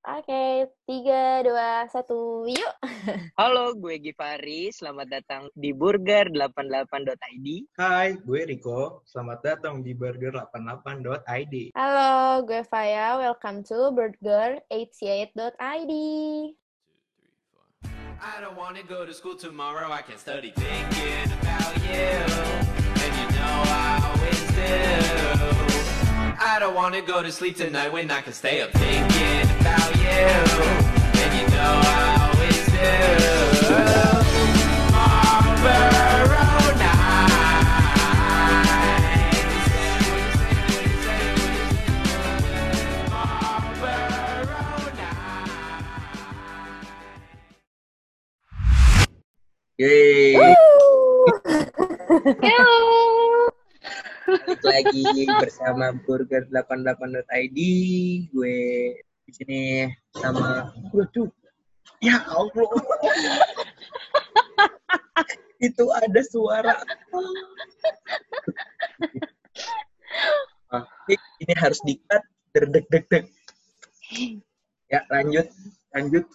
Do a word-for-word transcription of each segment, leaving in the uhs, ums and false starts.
Oke, tiga, dua, satu, yuk! Halo, gue Givari. Selamat datang di burger delapan puluh delapan dot i d. Hai, gue Riko. Selamat datang di burger delapan puluh delapan dot i d. Halo, gue Faya. Welcome to burger delapan puluh delapan dot i d. I don't wanna go to school tomorrow. I can study thinking about you, and you know I always do. I don't wanna go to sleep tonight when I can stay up thinking about you, and you know I always do. Marlboro nights. Marlboro nights. Yeay. Hello! Balik lagi bersama burger delapan puluh delapan dot i d. Gue di sini sama waduh. Ya Allah. Itu ada suara. Ah, ini harus di-cut. Deg-deg-deg. Ya, lanjut, lanjut.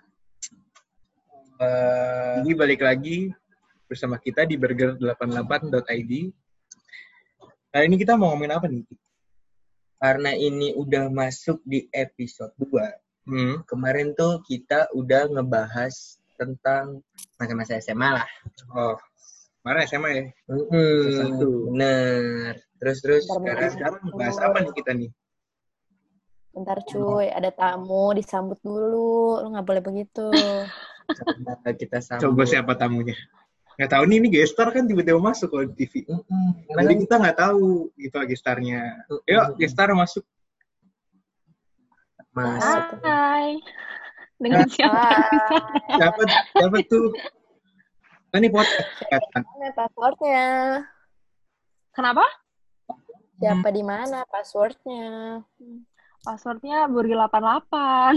Uh, Ini balik lagi bersama kita di burger delapan puluh delapan dot i d. Kali ini kita mau ngomongin apa nih? Karena ini udah masuk di episode dua. Hmm. Kemarin tuh kita udah ngebahas tentang masa-masa S M A lah. Oh, kemarin S M A ya? Mm-hmm. Satu. Bener. Terus-terus Sekarang, sekarang bahas apa nih kita nih? Bentar cuy, ada tamu, disambut dulu. Lu nggak boleh begitu. Coba kita sambut. Coba siapa tamunya? Nggak tahu nih, ini gestar kan tiba-tiba masuk kalau di T V. Mm-mm. Jadi kita nggak tahu gitu gestarnya. Yuk, gestar masuk. Masuk. Hai. Dengan siapa? Siapa, siapa tuh? Nah, ini podcast. Mana passwordnya? Kenapa? Siapa di mana passwordnya? Passwordnya burger delapan puluh delapan.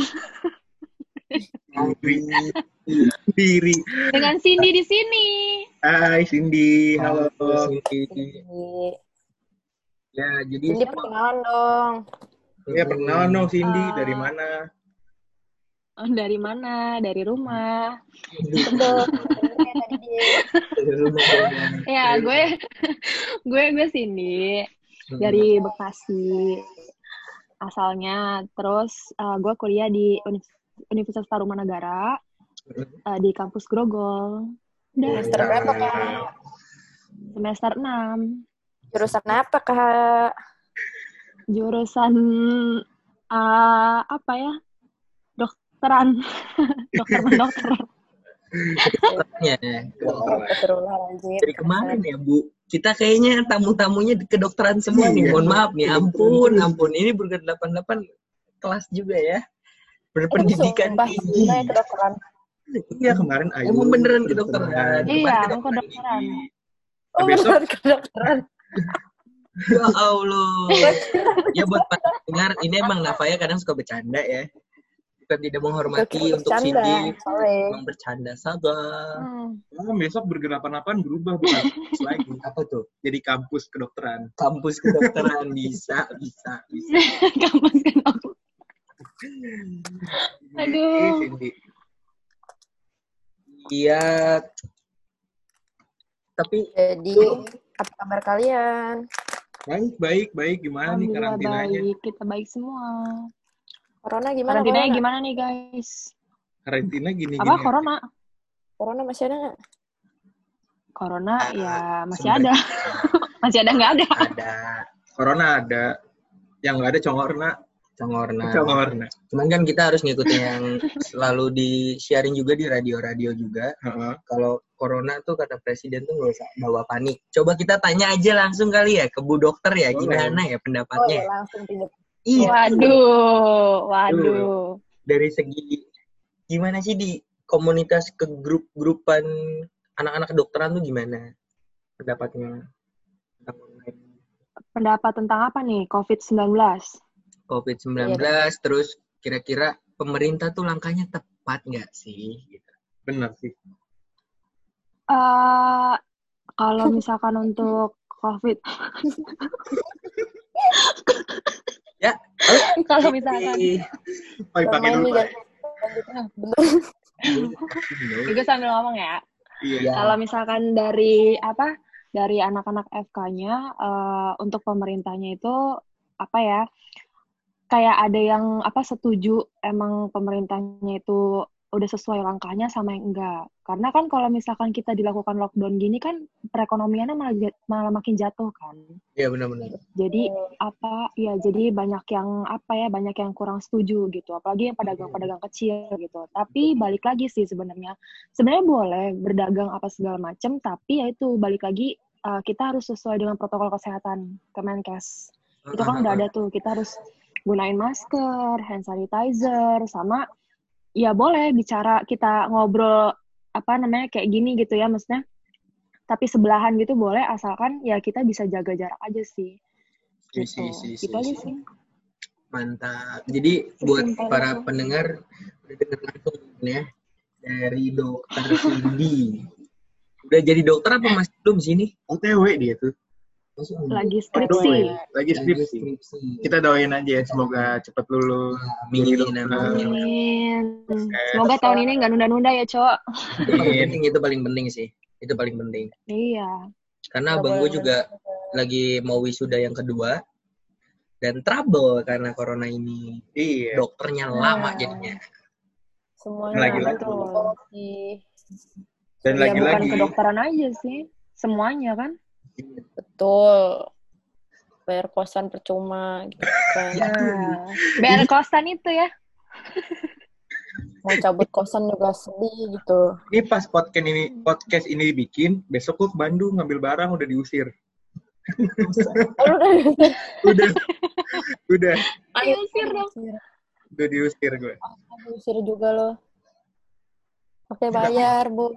Diri. Dengan Cindy di sini. Hai Cindy, halo. Cindy. Ya, jadi Cindy perkenalan dong. Ya perkenalan dong Cindy, dari mana? Oh, dari mana? Dari rumah. Betul. Tadi dia. Ya, gue gue gue Cindy dari Bekasi asalnya. Terus uh, gue kuliah di Universitas Universitas Tarumanagara uh, di kampus Grogol. Udah. Semester berapa, Kak? Semester enam. Jurusan apa, Kak? Jurusan uh, apa ya? Dokteran. Dokter mendokter. dokternya. Betul-betul anjir. Dari kemarin ya, Bu. Kita kayaknya tamu-tamunya di kedokteran semua nih. Mohon maaf nih. Ampun, ampun. Ini burger delapan puluh delapan kelas juga ya. Berpendidikan tinggi. Iya, kedokteran. Iya kemarin Ayu. Emang beneran kedokteran. Iya, Kemarin aku kedokteran. Oh, Besok- beneran kedokteran. Ya Allah. Ya buat para pendengar, ini emang Nafaya kadang suka bercanda ya. Bukan tidak menghormati Suka untuk bercanda, Cindy. sorry. Emang bercanda saja. Hmm. Oh, besok burger delapan puluh delapan berubah bukan kampus lagi. Apa tuh? Jadi kampus kedokteran. Kampus kedokteran bisa, bisa, bisa. Kampus kedokteran. Aduh. Cindy. Iya. Tapi Jadi, apa kabar kalian? Baik, baik, baik. Gimana nih Alhamdulillah karantinanya? baik, kita baik semua. Corona gimana? Karantinanya Corona? gimana nih guys? Karantina gini-gini. Apa corona? Corona masih ada nggak? Corona ya masih sebentar. ada. Masih ada nggak ada? ada Corona ada. Yang nggak ada congorna. congorna. Congorna. Cuman kan kita harus ngikutin yang selalu di-sharing juga di radio-radio juga. Heeh. Kalau corona tuh kata presiden tuh nggak usah bawa panik. Coba kita tanya aja langsung kali ya ke Bu Dokter ya, Boleh. gimana ya Oh pendapatnya? ya, langsung tiba. Iya. Waduh, waduh. Dari segi gimana sih di komunitas ke grup-grupan anak-anak kedokteran tuh gimana pendapatnya tentang online Pendapat tentang apa nih? covid sembilan belas. covid sembilan belas, terus kira-kira pemerintah tuh langkahnya tepat nggak sih? Gitu. Benar sih. Eh, kalau misalkan untuk COVID, Ya. Kalau misalkan Pai pakai Main dulu, nih Pai. kan. Lanjutnya, bener. gue sambil ngomong ya. Iya. Ya. Kalau misalkan dari apa? Dari anak-anak F K-nya eh, untuk pemerintahnya itu apa ya? Kayak ada yang apa setuju emang pemerintahnya itu udah sesuai langkahnya sama yang enggak. Karena kan kalau misalkan kita dilakukan lockdown gini kan perekonomiannya malah, jat- malah makin jatuh kan. Iya benar-benar. Jadi apa ya jadi banyak yang apa ya banyak yang kurang setuju gitu. Apalagi yang pedagang-pedagang kecil gitu. Tapi balik lagi sih sebenarnya. Sebenarnya boleh berdagang apa segala macam, tapi ya itu balik lagi uh, kita harus sesuai dengan protokol kesehatan Kemenkes. Itu kan udah ada tuh. Kita harus gunain masker, hand sanitizer, sama ya boleh bicara kita ngobrol apa namanya kayak gini gitu ya maksudnya. Tapi sebelahan gitu boleh asalkan ya kita bisa jaga jarak aja sih. Si, Gitu. si, si, si, Gitu aja si. sih. Mantap. Jadi buat Sesimpel para itu. pendengar udah dengar langsung ya dari dokter Cindy. Udah jadi dokter apa masih belum sini? O T W dia tuh. Masih belum. Lagi Aduh, skripsi. ya. Lagi skripsi. skripsi. Kita doain aja ya, semoga cepat lulus. Amin, Jadi dokter. amin. Amin. Eh, Semoga tahun ini nggak nunda-nunda ya, Cok. Itu paling penting, itu paling penting sih. Itu paling penting. Iya. Karena Nggak abang boleh gue juga lagi mau wisuda yang kedua dan trouble karena corona ini. Iya. Dokternya lama jadinya. Semuanya Lagi-lagi. psikologi. Dan Ya bukan lagi-lagi kedokteran aja sih. Semuanya kan. Betul. Bayar kosan percuma gitu kan. Nah, bayar kosan itu ya. Mau cabut kosan juga sedih gitu. ini pas podcast ini podcast ini dibikin, besok gue ke Bandung ngambil barang udah diusir. Oh, lu udah Udah. udah. Diusir dong. Udah diusir gue. Diusir juga lo. Pakai bayar, Bu.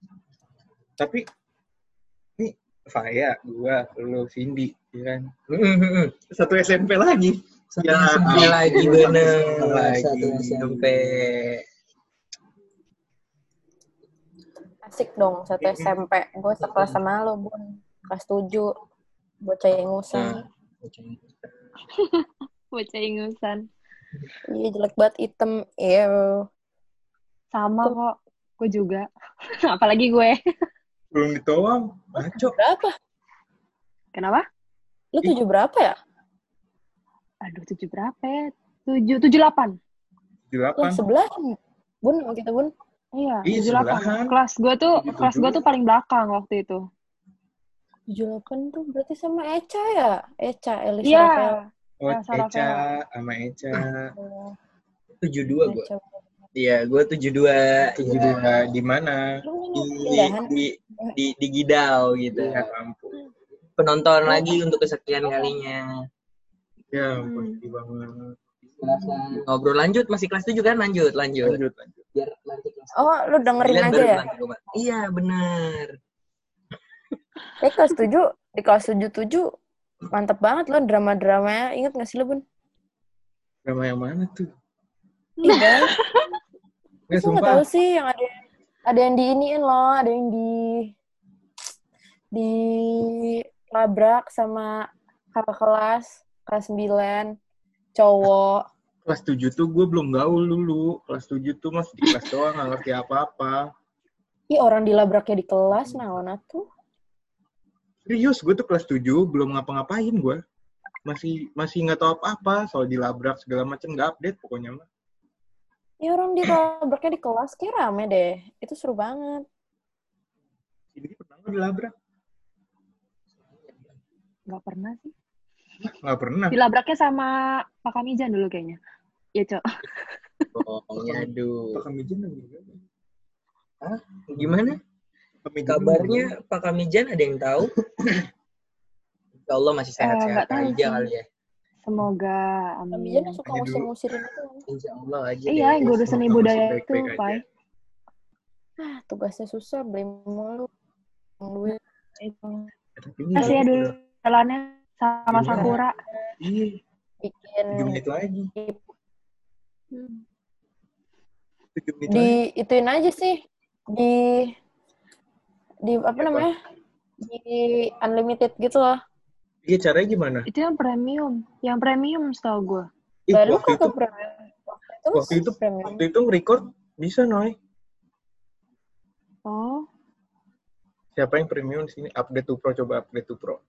Tapi ini Faya, gua, lu, Cindy, ya kan? Satu S M P lagi. Satu Ya, S M P lagi bener. lagi. Satu S M P. Asik dong, satu S M P. Gue sekelas sama lo, Bun. Kelas tujuh. Bocah ingusan. Bocah ingusan. Iya, jelek banget, hitam. Iya. Sama kok. Gue juga. Apalagi gue. Belum ditolong. Ngaco. Berapa? Kenapa? Lu tujuh berapa ya? Aduh, tujuh berapa ya? Tujuh, tujuh delapan. Di Lah, delapan. sebelahan. Bun, sama kita, Bun. Iya, Iya, tujuh delapan. sebelahan. Kelas gue tuh, Tujuh, kelas gue tujuh. tuh paling belakang waktu itu. tujuh delapan tuh berarti sama Eca ya? Eca, Elisa Iya. Rafael. Oh, Elsa Eca Rafael. sama Eca. tujuh dua gue. Eca. Iya, gue tujuh dua. Tujuh dua di mana? Lu Di, pindahan? di, di, di Gidau gitu. Ya ampun. Penonton lagi untuk kesekian kalinya. Ya Hmm. ampun, sedih banget. Ngobrol lanjut, masih kelas tujuh kan? Lanjut, lanjut. Lanjut, lanjut. Biar nanti kelas Oh, lu dengerin sembilan aja baru ya? nanti gua- Iya, benar. Eh, kelas tujuh, di kelas tujuh tujuh mantep banget lo drama-dramanya. Ingat gak sih lo, Bun? Drama yang mana tuh? Iya. Nggak, Lu nggak sumpah. tahu sih yang ada ada yang diiniin loh, ada yang di di labrak sama kakak kelas kelas sembilan cowok. Kelas tujuh tuh gue belum gaul dulu. Kelas tujuh tuh masih di kelas doang, nggak ngerti apa-apa. Ih, orang dilabraknya di kelas, nah mana tuh? Serius, gue tuh kelas tujuh belum ngapa-ngapain gue. Masih masih nggak tahu apa-apa soal dilabrak segala macam, nggak update pokoknya mah. Ih, orang dilabraknya di kelas, kayak rame deh. Itu seru banget. Ini pernah nggak dilabrak? Nggak pernah sih. Nggak pernah. Dilabraknya sama Pak Kamijan dulu kayaknya. Iya, Cok. Oh, aduh. Pak Kamijan lagi gimana? Hah? Gimana? Kamijan Kabarnya Pak Kamijan ada yang tahu? Insya Allah masih Eh, sehat-sehat nggak tahu aja sih. kali ya. Semoga, Kami aja amin. suka Aja dulu. ngusir-ngusirin itu. Insya Allah aja Iya, deh. guru seni Semoga budaya masih itu, baik-baik aja. Pai. Ah, tugasnya susah, beli mulu. Duit. Tapi ini Kasih ya udah- dulu jalannya sama Iya. Sakura. Iya, Bikin tujuh menit lagi. Hmm. Tujuh menit di lagi. ituin aja sih di di apa Apa? namanya di unlimited gitu loh. Iya, caranya gimana? Itu yang premium. Yang premium setahu gue. Ih, Baru waktu kok itu ke premium. Waktu itu, waktu itu premium. waktu itu record bisa, Noy. Oh. Siapa yang premium di sini? Update to Pro, coba update to Pro.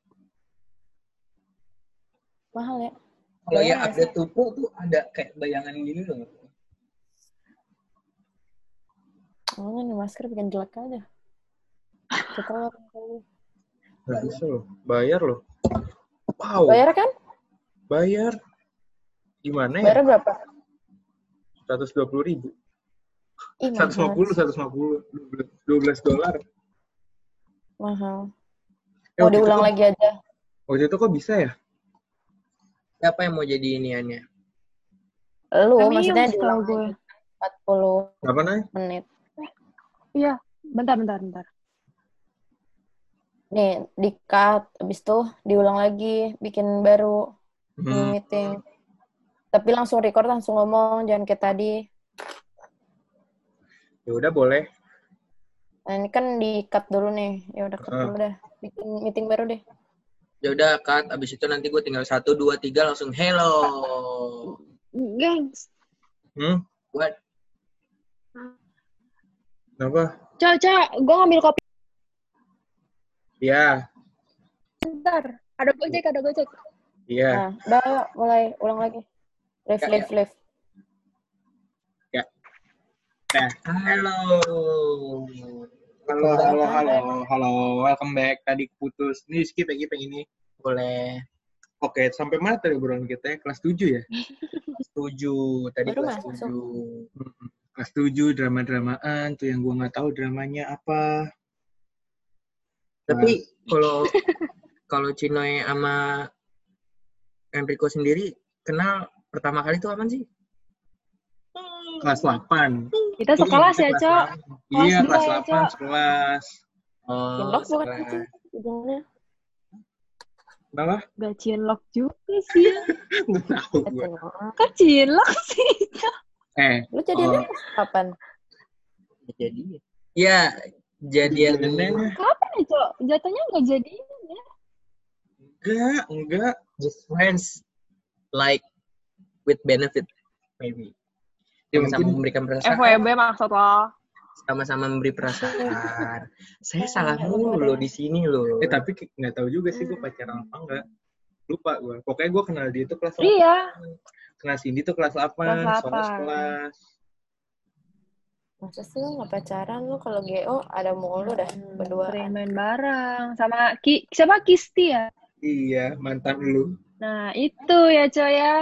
Mahal ya. Kalau Bayar yang nggak update to Pro tuh ada kayak bayangan gini loh. Oh, ini masker bikin jelek aja. Kita Nggak bisa loh, bayar loh. Wow, bayar kan? bayar. Gimana ya? Bayar berapa? seratus dua puluh ribu. Ih, seratus lima puluh, mahal. seratus lima puluh, dua belas dolar. Mahal. Eh, Mau waktu itu diulang kok- lagi aja. Waktu itu kok bisa ya? Siapa yang mau jadi iniannya? Lu Premium maksudnya setahu diulang gue. lagi empat puluh Apa, Nay? menit. Iya. Bentar, bentar, bentar. Nih, di-cut. Habis itu diulang lagi. Bikin baru. New Hmm. meeting. Tapi langsung record, langsung ngomong. Jangan kayak tadi. Ya udah boleh. Nah, ini kan di-cut dulu nih. Ya udah cut Ah. dulu dah. Bikin meeting baru deh. Ya udah cut, abis itu nanti gue tinggal satu dua tiga langsung hello. Gengs. Hmm? What? Kenapa? Cok, cok. Gue ngambil kopi. Iya, Bentar. Ada gojek, ada gojek. iya. Nah, udah ayo, mulai. Ulang lagi. Live, Ya, live, live. Nah, Halo. halo, halo, halo, halo. Welcome back. Tadi putus. Ini skip ya, skip yang ini. Boleh. Oke, sampai mana tadi obrolan kita ya? Kelas tujuh ya? Setuju. Tadi Baru kelas masuk. tujuh. Hmm. Kelas tujuh, drama-dramaan. Tuh yang gue nggak tahu dramanya apa. Tapi kalau kalau Cinoy sama Enrico sendiri kenal pertama kali itu apa sih? Kelas delapan. Kita sekelas ya, Kelas Cok. delapan. Kelas Iya, dua kelas ya, delapan, Cok. sekelas. Oh, Cinlok bukan sekelas. itu. Ujungnya. Kenapa? Gak cinlok juga sih ya. Nggak tahu Eh, gue. Cinlok. Kan cinlok sih. Eh, Lu jadinya oh, kapan? Jadi ya jadian jadiannya Kapan ya, Cok? Jatuhnya gak jadian ya. enggak, enggak. just friends like with benefit maybe. Ya, Sama-sama mungkin memberikan F perasaan. W B maksud lo. Sama-sama memberi perasaan. Saya salah mulu loh di sini loh. Eh tapi ki- nggak tahu juga sih gue pacaran apa enggak. Lupa gue. Pokoknya gue kenal dia itu kelas delapan. Iya. Kenal Cindy tuh kelas delapan. Kelas Soalnya delapan. sekelas. Masa sih lu nggak pacaran? Lu kalau G O ada mulu dah berdua. Sering main bareng. Sama Ki, siapa? Kisti ya? Iya, mantan lu. Nah, itu ya, Cok ya.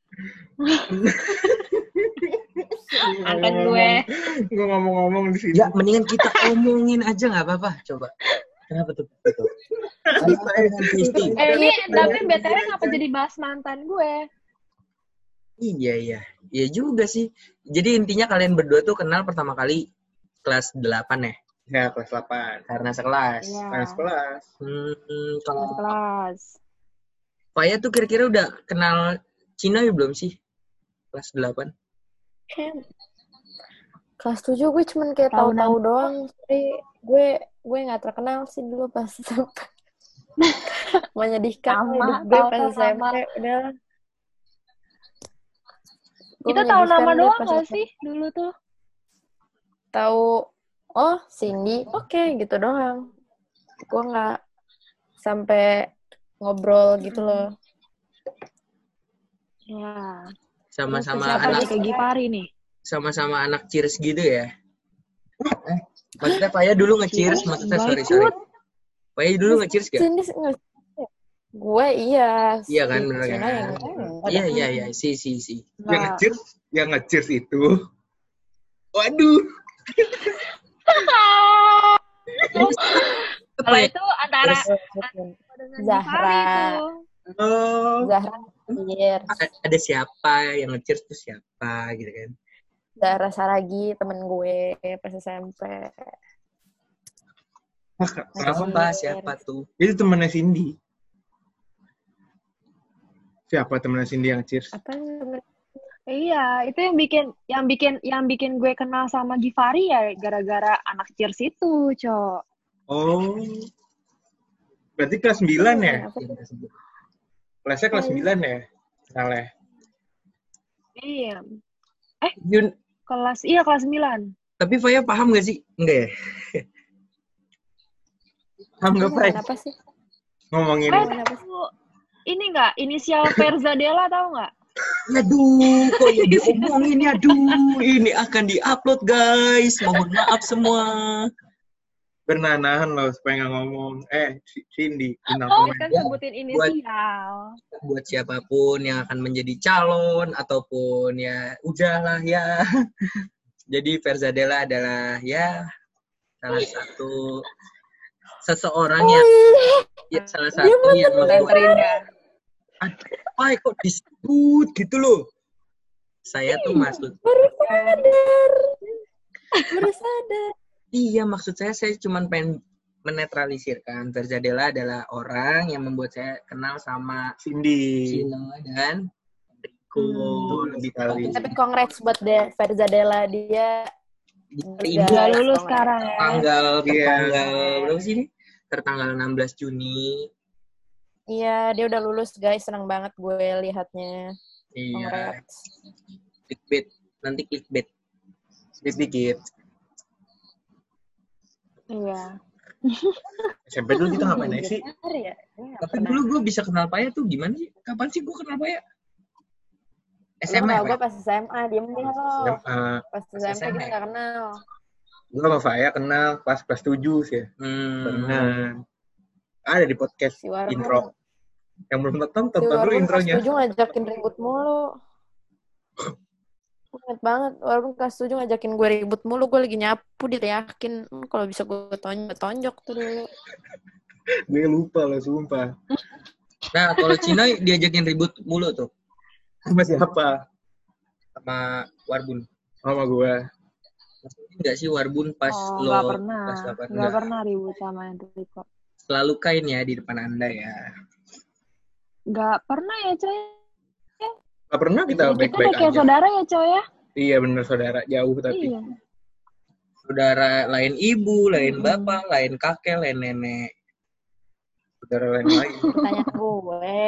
Mantan gue. Gue ngomong-ngomong di sini. Ya, mendingan kita omongin aja nggak apa-apa. Coba. Kenapa tuh? Betul. Kenapa dengan Kristi? Eh, ini tapi B T W ngapa jadi bahas mantan gue? Iya, iya. Iya juga sih. Jadi intinya kalian berdua tuh kenal pertama kali kelas delapan ya? Ya, kelas delapan. Karena sekelas. Iya. Kelas kelas. Hmm, kalau Masuk kelas. Faya tuh kira-kira udah kenal Cina ya belum sih? Kelas delapan. Kayak kelas tujuh gue cuman kayak Tahu tahu-tahu doang. Jadi gue gue nggak terkenal sih dulu pas S M P. Menyedihkan Sama, hidup gue tahu pas tuh S M P. sama. Udah. Gue Kita tahu menyedihkan nama deh doang pas gak S M P. sih dulu tuh? Tahu, oh Cindy, oke gitu doang. Gue nggak sampai ngobrol gitu loh. Ya. Sama-sama Siapa anak nih kayak Gipari nih? sama-sama anak cheers gitu ya. Eh, maksudnya Faya dulu nge-cheers, maksudnya Nggak sorry ikut. sorry. Faya dulu nge-cheers gak? Cindy nggak. Gue iya. Iya kan, Si bener Cina kan? yang enggak. Iya iya iya, si si si. Yang Nggak. nge-cheers, yang nge-cheers itu. Waduh. Apa Kalau ya? itu antara dengan Zahra. Gipari tuh. Oh. Zahra Cheers. A- Ada siapa yang nge-cheers tuh siapa gitu kan? Zahra Saragi temen gue pas S M P. Wah, kenapa? Siapa siapa tuh? Itu temennya Cindy. Siapa temennya Cindy yang cheers? Apa temen? Iya, itu yang bikin yang bikin yang bikin gue kenal sama Gipari ya gara-gara anak cheers itu, Cok. Oh. Berarti kelas sembilan ya? Apa sih? Kelasnya kelas sembilan ya? Salah. Iya. Yun, Kelas, iya kelas sembilan. tapi Faya paham gak sih? Enggak ya? Paham nggak, Fai? Ngomongin apa sih? Ngomongin Eh, Ngomongin apa sih? tahu ini nggak? Inisial Verzadela tahu nggak? Aduh, kok ya diomongin ya? Aduh, ini akan diupload guys. Mohon maaf semua. Bernahan loh supaya nggak ngomong. Eh, Cindy, bintang Oh, pemain. kan Ya, sebutin inisial. Buat siapapun yang akan menjadi calon ataupun ya udahlah ya. Jadi Verzadela adalah ya salah satu seseorang yang ya, salah satu yang membuat Terindah. apa kok disebut gitu loh. Saya tuh maksud Baru sadar. Baru sadar. iya maksud saya saya cuma pengen menetralisirkan Verzadela adalah orang yang membuat saya kenal sama Cindy. Cino dan Rico Hmm. lebih Sekali. tahu. Tapi congrats buat De Verzadela, dia Ini Udah Guys, lulus congrats. sekarang ya. tanggal Iya. tertanggal berapa sih ini? Tertanggal enam belas Juni. Iya, dia udah lulus guys, senang banget gue lihatnya. Iya. Congrats. Clickbait. Nanti clickbait. Dikit-dikit. Iya. S M P dulu kita ngapain aja sih? Benar ya? Gue nggak Tapi pernah. dulu gue bisa kenal Paya tuh gimana sih? Kapan sih gue kenal Paya? S Lu M A kenal ya, gue Pak? pas S M A, diem deh lo. S M A. Pas Pas S M P S M A kita ya? nggak kenal. Gue sama Faya kenal pas kelas tujuh sih. Hmm. Barengan. Ada di podcast Si Warung. intro. Yang belum nonton, Si tonton dulu Warung kelas intronya. tujuh ngajakin ribut mulu. Gue inget banget, Warung kelas tujuh ngajakin gue ribut mulu. Gue lagi nyapu, diteriakin. "Hmm, kalau bisa gue tonjok, tonjok tuh dulu." Gue lupa loh, sumpah. Nah, kalau Cina diajakin ribut mulu tuh Sama siapa? sama Warbun. Sama gue. Maksudnya enggak sih Warbun pas Oh, lo nggak pernah. kelas delapan? Nggak pernah ribut sama Enrico. Selalu kain ya di depan Anda ya. Nggak pernah ya, coy. Gak pernah kita Kita baik-baik udah kayak aja. saudara ya, coy ya. Iya bener, saudara. Jauh tapi. Iya. Saudara lain ibu, lain Hmm. bapak, lain kakek, lain nenek. Saudara lain lagi. Tanya gue.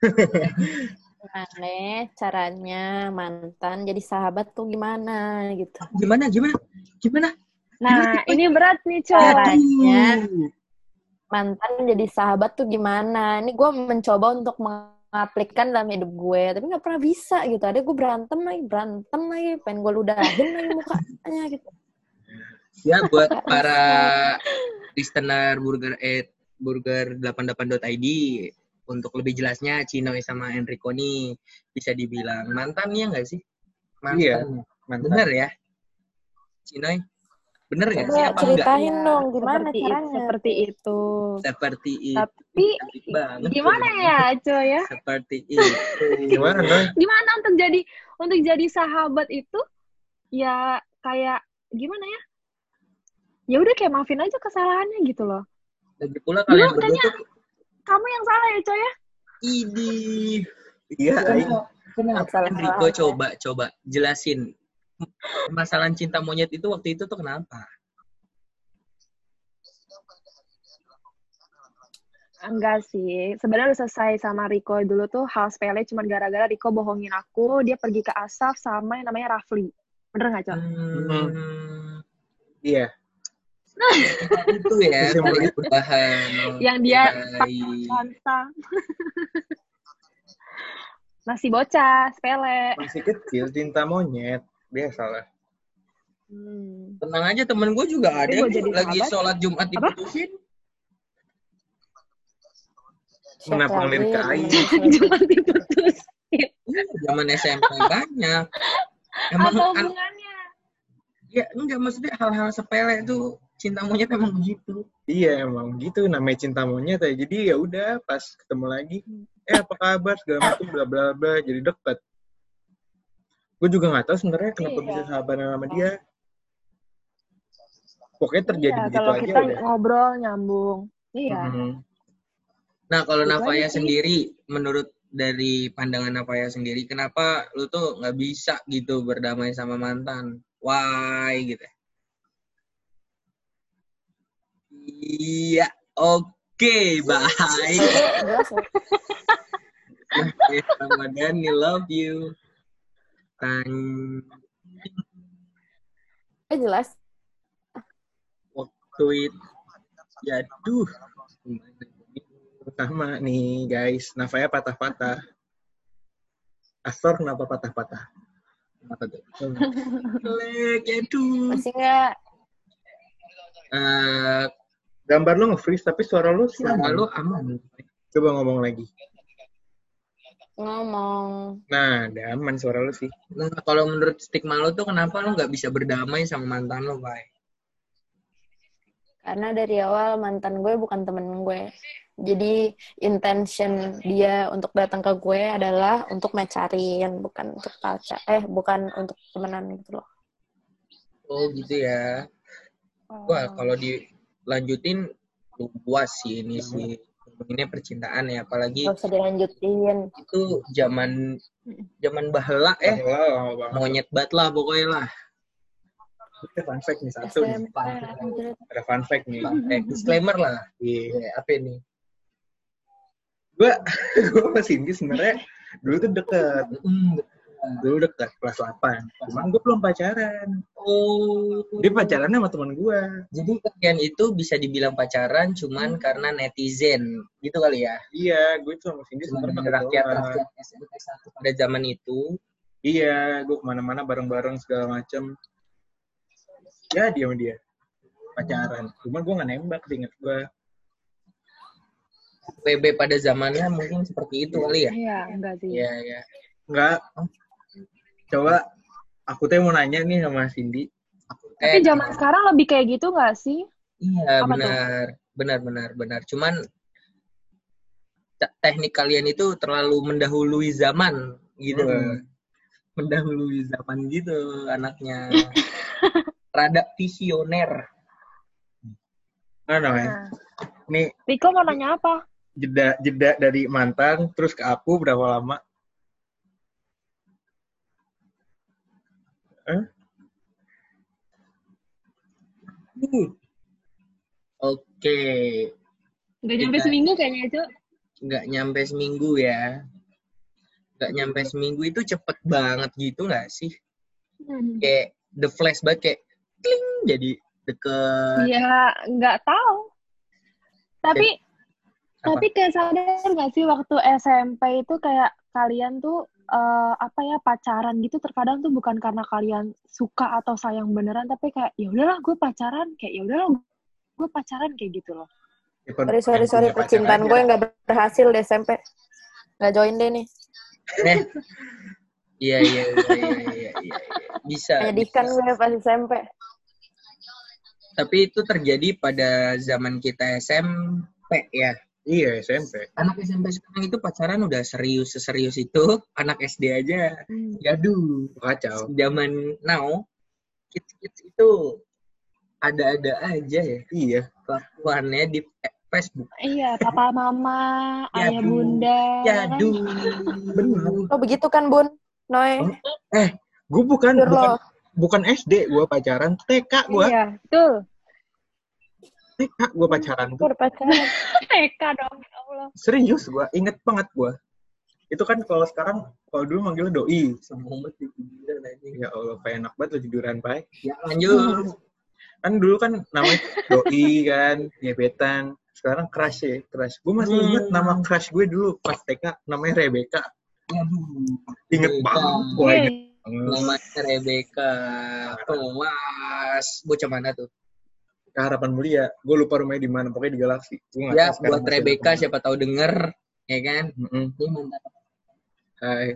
Gimana caranya mantan jadi sahabat tuh gimana gitu. Gimana, gimana? Gimana? Nah, ini berat nih, coy. Caranya mantan jadi sahabat tuh gimana. Ini gue mencoba untuk mengaplikkan dalam hidup gue. Tapi gak pernah bisa gitu. Ada gue berantem lagi, berantem lagi. Pengen gue ludahin lagi mukanya gitu. Ya buat para listener Burger Eat Burger delapan puluh delapan dot I D untuk lebih jelasnya Cinoy sama Enrico nih bisa dibilang mantannya nggak sih? Mantan. Iya, mantan. Bener ya? Cinoy? Bener nggak sih Coba apa enggak? ceritain Ya, dong gimana seperti caranya. Itu, seperti itu. Seperti itu. Tapi Cantik banget. gimana ya, coy ya? Seperti itu. Gimana, Noy? Gimana untuk jadi untuk jadi sahabat itu ya kayak gimana ya? Ya udah kayak maafin aja kesalahannya gitu loh. Lagi pula kalian Dulu berdua tuh Kamu yang salah ya, coy ya? idih. Iya, Kenapa? Salah- Enrico salah. coba coba jelasin permasalahan cinta monyet itu waktu itu tuh kenapa? Enggak sih. Sebenarnya udah selesai sama Rico dulu tuh hal sepele cuman gara-gara Rico bohongin aku, dia pergi ke Asaf sama yang namanya Rafli. Bener nggak, Cok? Hmm. iya. Itu ya Bisa mulai. perubahan. Yang dia Baik. Pantang. Masih bocah, sepele. Masih kecil, cinta monyet. Biasalah. Hmm. Tenang aja temen gue juga ada Tapi gua nih, jadi lagi sahabat. sholat Jumat diputusin. Siapa Menapang lagi lirik ke yang air. temen- Cuma diputus. Iya, zaman S M P banyak. Emang Apa an- hubungannya? ya enggak maksudnya hal-hal sepele tuh cinta monyet emang begitu. Iya emang gitu namanya cinta monyet ya. Jadi ya udah pas ketemu lagi, eh apa kabar segala macam bla bla bla jadi deket. Gue juga nggak tahu sebenarnya kenapa Iya. bisa sahabatan sama dia. Pokoknya terjadi Iya, begitu kalau aja kita udah. ngobrol nyambung. Iya. Mhm. Nah kalau Gitu Navaya aja sih. sendiri, menurut dari pandangan Navaya sendiri, kenapa lu tuh nggak bisa gitu berdamai sama mantan? Why gitu? Iya, oke. Oke, bye. Jelas loh. Eh, Ramadan, we love you. Tanya Eh jelas. waktu itu, ya duh. Sama nih guys, nafasnya patah-patah. Astor kenapa patah-patah? Apa tuh? Lek, ya duh. Masih nggak? Eh, Gambar lo nge-freeze tapi suara lo sih suara aman. lu aman. Coba ngomong lagi. Ngomong. Nah, udah aman suara lo sih. Nah, kalau menurut stigma lu tuh kenapa lu nggak bisa berdamai sama mantan lu, Pai? Karena dari awal mantan gue bukan temen gue. Jadi intention dia untuk datang ke gue adalah untuk mecarin, bukan untuk pacar. Eh, bukan untuk temenan gitu loh. Oh, gitu ya. Wah, kalau dilanjutin luas sih ini sih. Ini percintaan ya, apalagi Gak usah dilanjutin. itu zaman zaman baheula eh Lama banget. monyet banget lah pokoknya lah. Ada fun fact nih satu nih. S M P, anjir. Ada fun fact nih. Eh, disclaimer lah. Iya. Ya, apa ini? Gue gue sama Cindy sebenarnya dulu tuh deket. Hmm. Dulu deket kelas delapan. Cuman gue belum pacaran. Oh, Dia pacarannya sama teman gue. jadi kalian itu bisa dibilang pacaran cuman karena netizen gitu kali ya? Iya, gue tuh sama Cindy Cuman sebenarnya rakyat pakai rakyat S M P satu pada zaman itu. Iya, gue kemana-mana bareng-bareng segala macem. Ya, dia sama dia. Pacaran. Cuma gue gak nembak, inget gue. P B pada zamannya mungkin seperti itu kali ya? Iya, enggak sih. Iya, iya. Enggak. Coba, aku tuh mau nanya nih sama Cindy. Tapi Eh, zaman sekarang lebih kayak gitu nggak sih? Iya, Apa benar. Benar, benar, benar. Cuman te- teknik kalian itu terlalu mendahului zaman gitu. Hmm. Mendahului zaman gitu anaknya. Rada visioner. Nah, namanya. Nah, Nih, Riko mau nanya apa? jeda jeda dari mantan terus ke aku berapa lama? Eh? Oke, Nggak nyampe Kita- seminggu kayaknya itu. nggak nyampe seminggu ya. Nggak nyampe seminggu itu cepet banget gitu nggak sih? Hmm. Kayak the flash banget kayak kling jadi deket. Ya, nggak tahu. Tapi Apa? tapi kayak sadar nggak sih waktu S M P itu kayak kalian tuh eh, apa ya pacaran gitu terkadang tuh bukan karena kalian suka atau sayang beneran tapi kayak ya udahlah gue pacaran kayak ya udahlah gue pacaran kayak gitu loh. Ya, kan Sorry, sorry, yang sorry. punya pacar Percintaan aja. gue nggak berhasil di S M P. Nggak join deh nih. Eh, iya iya iya iya iya iya. Bisa. Menyedihkan bisa. gue pas S M P. Tapi itu terjadi pada zaman kita S M P ya. Iya, S M P. Anak S M P sekarang itu pacaran udah serius seserius itu. Anak S D aja. Gaduh. Kacau. Zaman now kids-kids itu ada-ada aja ya Iya. kelakuannya di Facebook. Iya, papa mama, Ya, ayah Bu. bunda. Yaduh. Bener. Oh begitu kan, Bun? Noy. Eh, gue bukan Jujur bukan lo. bukan S D gue pacaran, T K gue. Iya, betul. T K gue pacaran tuh. Gue pacaran. T K dong, ya Allah. Serius gue, inget banget gue. Itu kan kalau sekarang, kalau dulu manggilnya doi. Sombong banget di tiduran aja. Ya Allah, kayak enak banget lo tiduran, Pai. Ya lanjut. Kan dulu kan namanya doi kan, gebetan. Sekarang crush ya, crush. Gue masih Hmm. inget nama crush gue dulu pas T K, namanya Rebecca. Yaduh. Inget Rebecca. banget, gue Yeay. inget banget. Namanya Rebecca. Kelas. Bocah mana tuh? Ke Harapan Mulia. Gue lupa rumahnya di mana, pokoknya di Galaxy. Gua nggak Ya, tahu sekarang buat masih Rebecca ada siapa tahu denger. Ya kan? apa. Mm-mm. Ini mantan. Hai.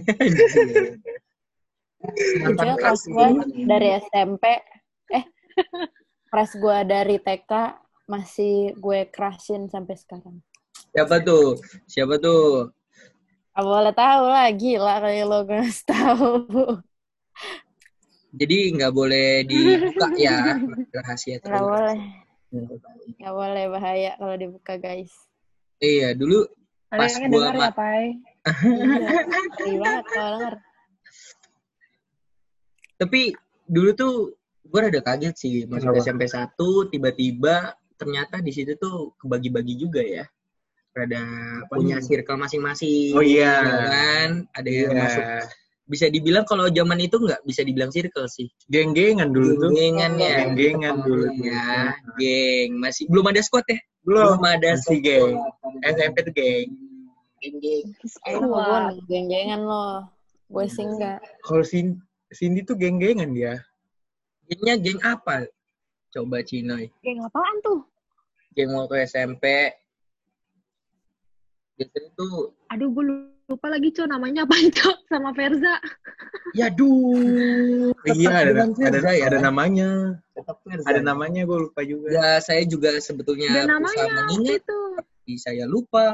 Jujur kelas gue dari S M P. Eh, kelas gue dari T K masih gue crushin sampai sekarang. Siapa tuh? Siapa tuh? Gak boleh tahu lah, gila kali lo gak ngasih tahu. Jadi nggak boleh dibuka ya rahasia Gak terus. boleh. Gak boleh, bahaya kalau dibuka, guys. Iya, dulu Ada pas yang gua dengar ya, ma- Pai? Iya, ngeri banget kalau denger. tapi dulu tuh gue rada kaget sih masuk Kenapa? S M P satu tiba-tiba ternyata di situ tuh kebagi-bagi juga ya. Ada Apanya? punya circle masing-masing. Oh iya. ya kan? Ada yang Iya. masuk. Bisa dibilang kalau zaman itu nggak bisa dibilang circle sih. Geng-gengan dulu tuh. Geng-gengan ya. Geng-gengan Di dulu. depannya, ya. Geng. Masih belum ada squad ya? Belum. Belum ada Masih squad. geng. S M P tuh geng. Geng-geng. Enak gue Kuat. geng-gengan lo. Gue sih enggak. Kalau Cindy, Cindy tuh geng-gengan dia. Gengnya geng apa? Coba Cinoy. Geng apaan tuh? Geng waktu S M P. Biasanya tuh, Aduh, gue lupa lagi, Cok. Namanya apa, Cok? Sama Verza. ya duh. Iya, ada, dengan ada, Firza ya. ada namanya. Tetap Firza. Ada namanya, gue lupa juga. Ya, saya juga sebetulnya Ada berusaha namanya mengingat, itu. tapi saya lupa.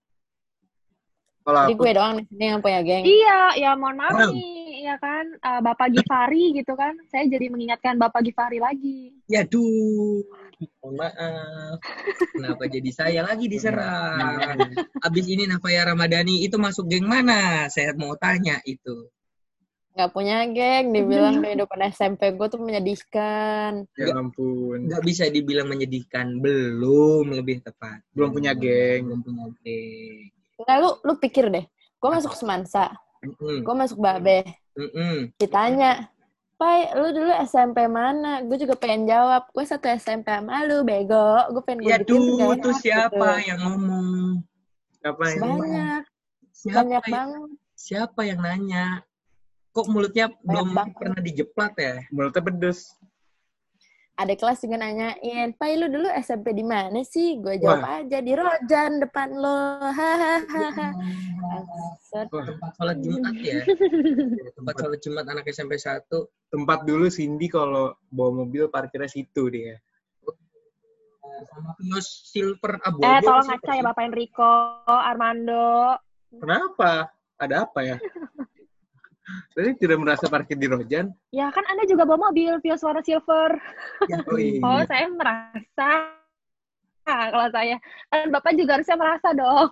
Kalau Jadi aku, gue doang di sini yang punya geng. Iya, ya mohon maaf Bang. nih, ya kan, uh, Bapak Gifari gitu kan. Saya jadi mengingatkan Bapak Gifari lagi. Ya duh. Mohon maaf. Kenapa jadi saya lagi diserang? Abis ini Nafaya Ramadhani itu masuk geng mana? Saya mau tanya itu. Nggak punya geng, dibilang kehidupan S M P gue tuh menyedihkan. ya ampun. Nggak bisa dibilang menyedihkan. Belum lebih tepat. Belum punya geng. Belum punya geng. Nah, lu, lu pikir deh, gue masuk Semansa, Mm-mm. gue masuk Babe, Mm-mm. ditanya, Pai, lu dulu S M P mana? Gue juga pengen jawab, gue satu S M P sama lu, bego. Gue pengen gue Ya gituin tuh duh, gak tuh enak siapa gitu. yang ngomong? Apa ini? Banyak, Siapa banyak yang, banget. siapa yang nanya? Kok mulutnya belum banget. pernah dijeplat ya? Mulutnya pedes. Ada kelas juga nanyain, Pai, lu dulu S M P di mana sih? Gue jawab Wah. aja, di Rojan depan lo. Hahaha. Tempat sholat Jumat ya? Tempat sholat Jumat anak S M P satu. Tempat dulu Cindy kalau bawa mobil parkirnya situ dia. Sama Pius Silver abu-abu. Eh, tolong sih, ngaca ya Bapak Enrico, Armando. Kenapa? Ada apa ya? Tadi tidak merasa parkir di Rojan? Ya kan Anda juga bawa mobil Vios warna silver. Ya, Oh iya. Oh, saya merasa. Nah, kalau saya. Kan Bapak juga harusnya merasa dong.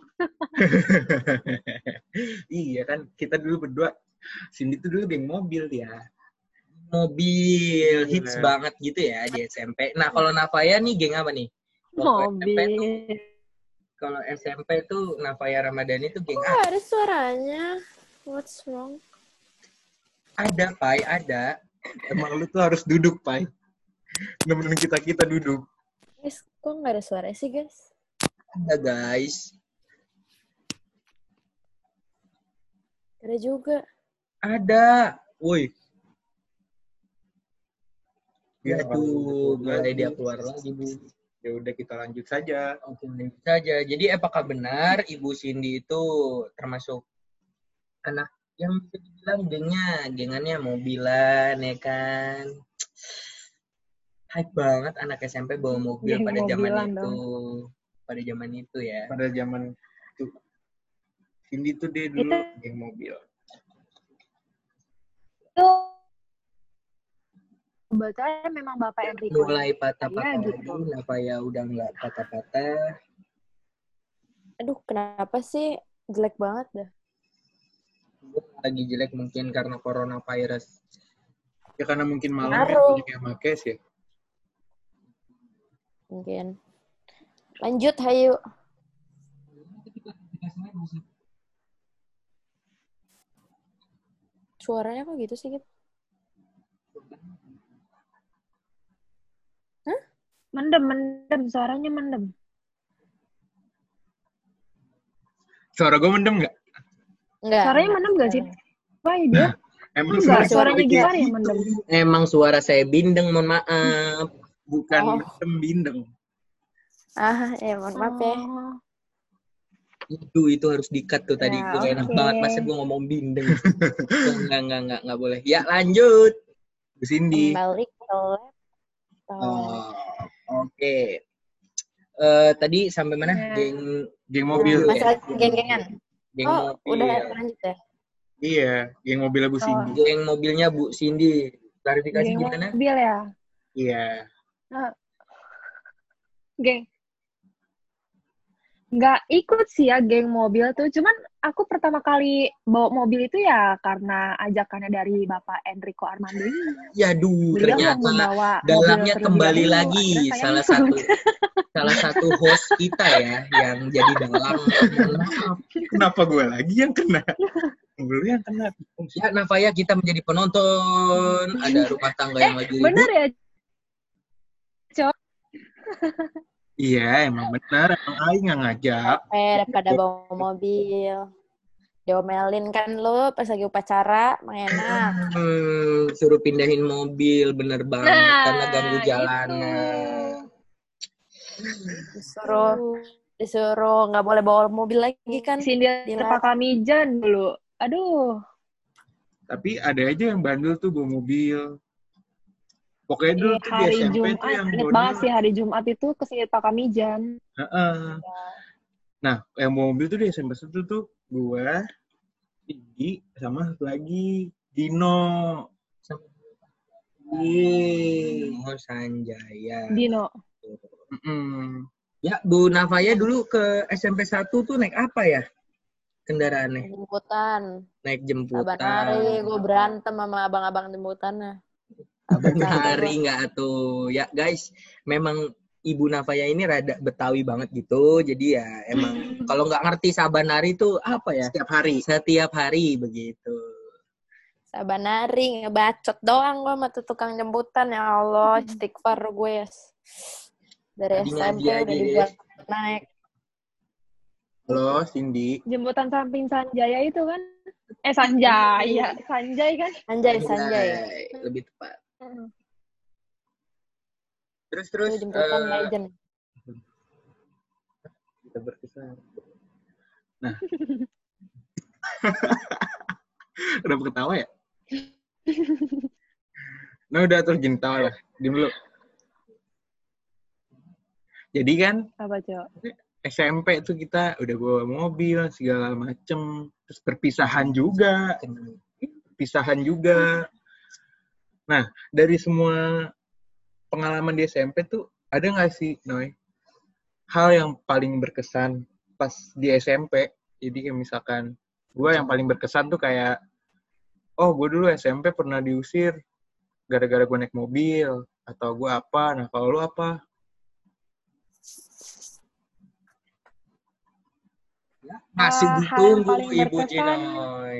Iya kan, kita dulu berdua. Cindy tuh dulu geng mobil dia. mobil hits Iya. banget gitu ya di S M P. Nah, kalau Nafaya nih geng apa nih? Waktu S M P tuh, Mobil. kalau S M P tuh Nafaya Ramadhani tuh geng Kok apa? ada suaranya? What's wrong? Ada, Pai, ada. Emang lu tuh harus duduk, Pai. Nemenin kita-kita duduk. Guys, kok nggak ada suara sih, guys? Ada, guys. Ada juga. Ada. Woi. Ya, Aduh, mulai dia keluar lagi, Bu. Ya udah kita lanjut saja. Oke, lanjut saja. Jadi apakah benar Ibu Cindy itu termasuk anak yang bisa dibilang gengnya, gengannya mobilan, ya kan? Hype banget anak S M P bawa mobil Geng pada zaman mobilan itu. dong. Pada zaman itu ya. Pada zaman itu. Cindy tuh dia dulu Itu- geng mobil. Itu sebetulnya memang Bapak Enrico. Mulai patah-patah Iya, lagi, gitu. kenapa ya udah nggak patah-patah. Aduh, kenapa sih? Jelek banget dah. Lagi jelek mungkin karena coronavirus. Ya karena mungkin malam kan Ngaruh. banyak yang make sih. Mungkin. Lanjut, hayu. Suaranya kok gitu sih, gitu? Mendem, mendem. Suaranya mendem. Suara gue mendem nggak? Enggak. Suaranya mendem gak sih? Wah, dia. Emang Enggak, suara suaranya kayak gimana ya gitu. mendem? Emang suara saya bindeng, mohon maaf. Bukan Oh. mendem bindeng. Ah, ya mohon maaf ya. Oh. Itu itu harus di-cut tuh tadi. Ya, Gue enak oke. banget masa gue ngomong bindeng. enggak, enggak, enggak, enggak boleh. Ya, lanjut. Bu Cindy. Kembali ke laptop. Oh, oke. Eh, tadi sampai mana? Ya. Geng Geng mobil. ya? Masalah geng-gengan. Geng Oh, mobil. udah lanjut ya? Iya, geng mobilnya Bu Cindy. Geng mobilnya Bu Cindy. Klarifikasi Geng gimana? mobil ya. Iya. Geng. nggak ikut sih ya geng mobil tuh. Cuman aku pertama kali bawa mobil itu ya karena ajakannya dari Bapak Enrico Armando ini. Yaduh, Beliau yang ternyata membawa dalamnya mobil terlebih kembali dahulu. lagi Akhirnya saya salah ikut. satu salah satu host kita ya yang jadi dalang. Mohon maaf. Kenapa gue lagi yang kena? Gue yang kena. Ya, Navaya, kita menjadi penonton. Ada rumah tangga yang lagi ribut. Bener ya, Cok? Iya, emang benar. Emang Aing yang ngajak. Capek daripada bawa mobil. Diomelin kan lu pas lagi upacara, emang enak. Hmm, suruh pindahin mobil, bener banget. Nah, karena ganggu jalanan. Disuruh disuruh nggak boleh bawa mobil lagi kan. Sindir Dilarang. Pak Kamijan dulu. Aduh. Tapi ada aja yang bandel tuh bawa mobil. Pokoknya dulu Eh, tuh di hari S M P Jumat, tuh yang inget bawa banget sih hari Jumat itu kesindir Pak Kamijan. Heeh. Nah, yang bawa mobil tuh di S M P satu tuh gua, Indi, sama satu lagi Dino. Yeay. Oh, Sanjaya. Dino. Mm-mm. Ya, Bu Navaya dulu ke S M P satu tuh naik apa ya? Kendaraannya? Jemputan. Naik Saban jemputan. hari gue berantem sama abang-abang jemputannya. Saban hari nggak tuh. Ya, guys, memang Ibu Navaya ini rada Betawi banget gitu. Jadi ya emang kalau nggak ngerti saban hari itu apa ya? Setiap hari. Setiap hari begitu. Saban hari ngebacot doang gue sama tuh tukang jemputan. Ya Allah, istighfar gue. Dari Tadi S M P ngaji udah aja deh. dibuat naik. Halo, Cindy. Jemputan samping Sanjaya itu kan? Eh, Sanjaya. Sanjay kan? Sanjay, Sanjay. Lebih tepat. Heeh. Terus terus Itu jemputan eh, legend. Kita berkesan. Nah. Udah ketawa ya? Nah udah terus jangan tawa lah. Diam dulu. Jadi kan Apa, Cok? S M P tuh kita udah bawa mobil segala macem. Terus perpisahan juga. Perpisahan juga. Nah dari semua pengalaman di S M P tuh ada nggak sih, Noy, hal yang paling berkesan pas di S M P? Jadi kayak misalkan gue yang paling berkesan tuh kayak, oh gue dulu S M P pernah diusir gara-gara gue naik mobil, atau gue apa. Nah kalau lu apa? masih Ah, hal yang ditunggu paling Ibu berkesan. Cinoy.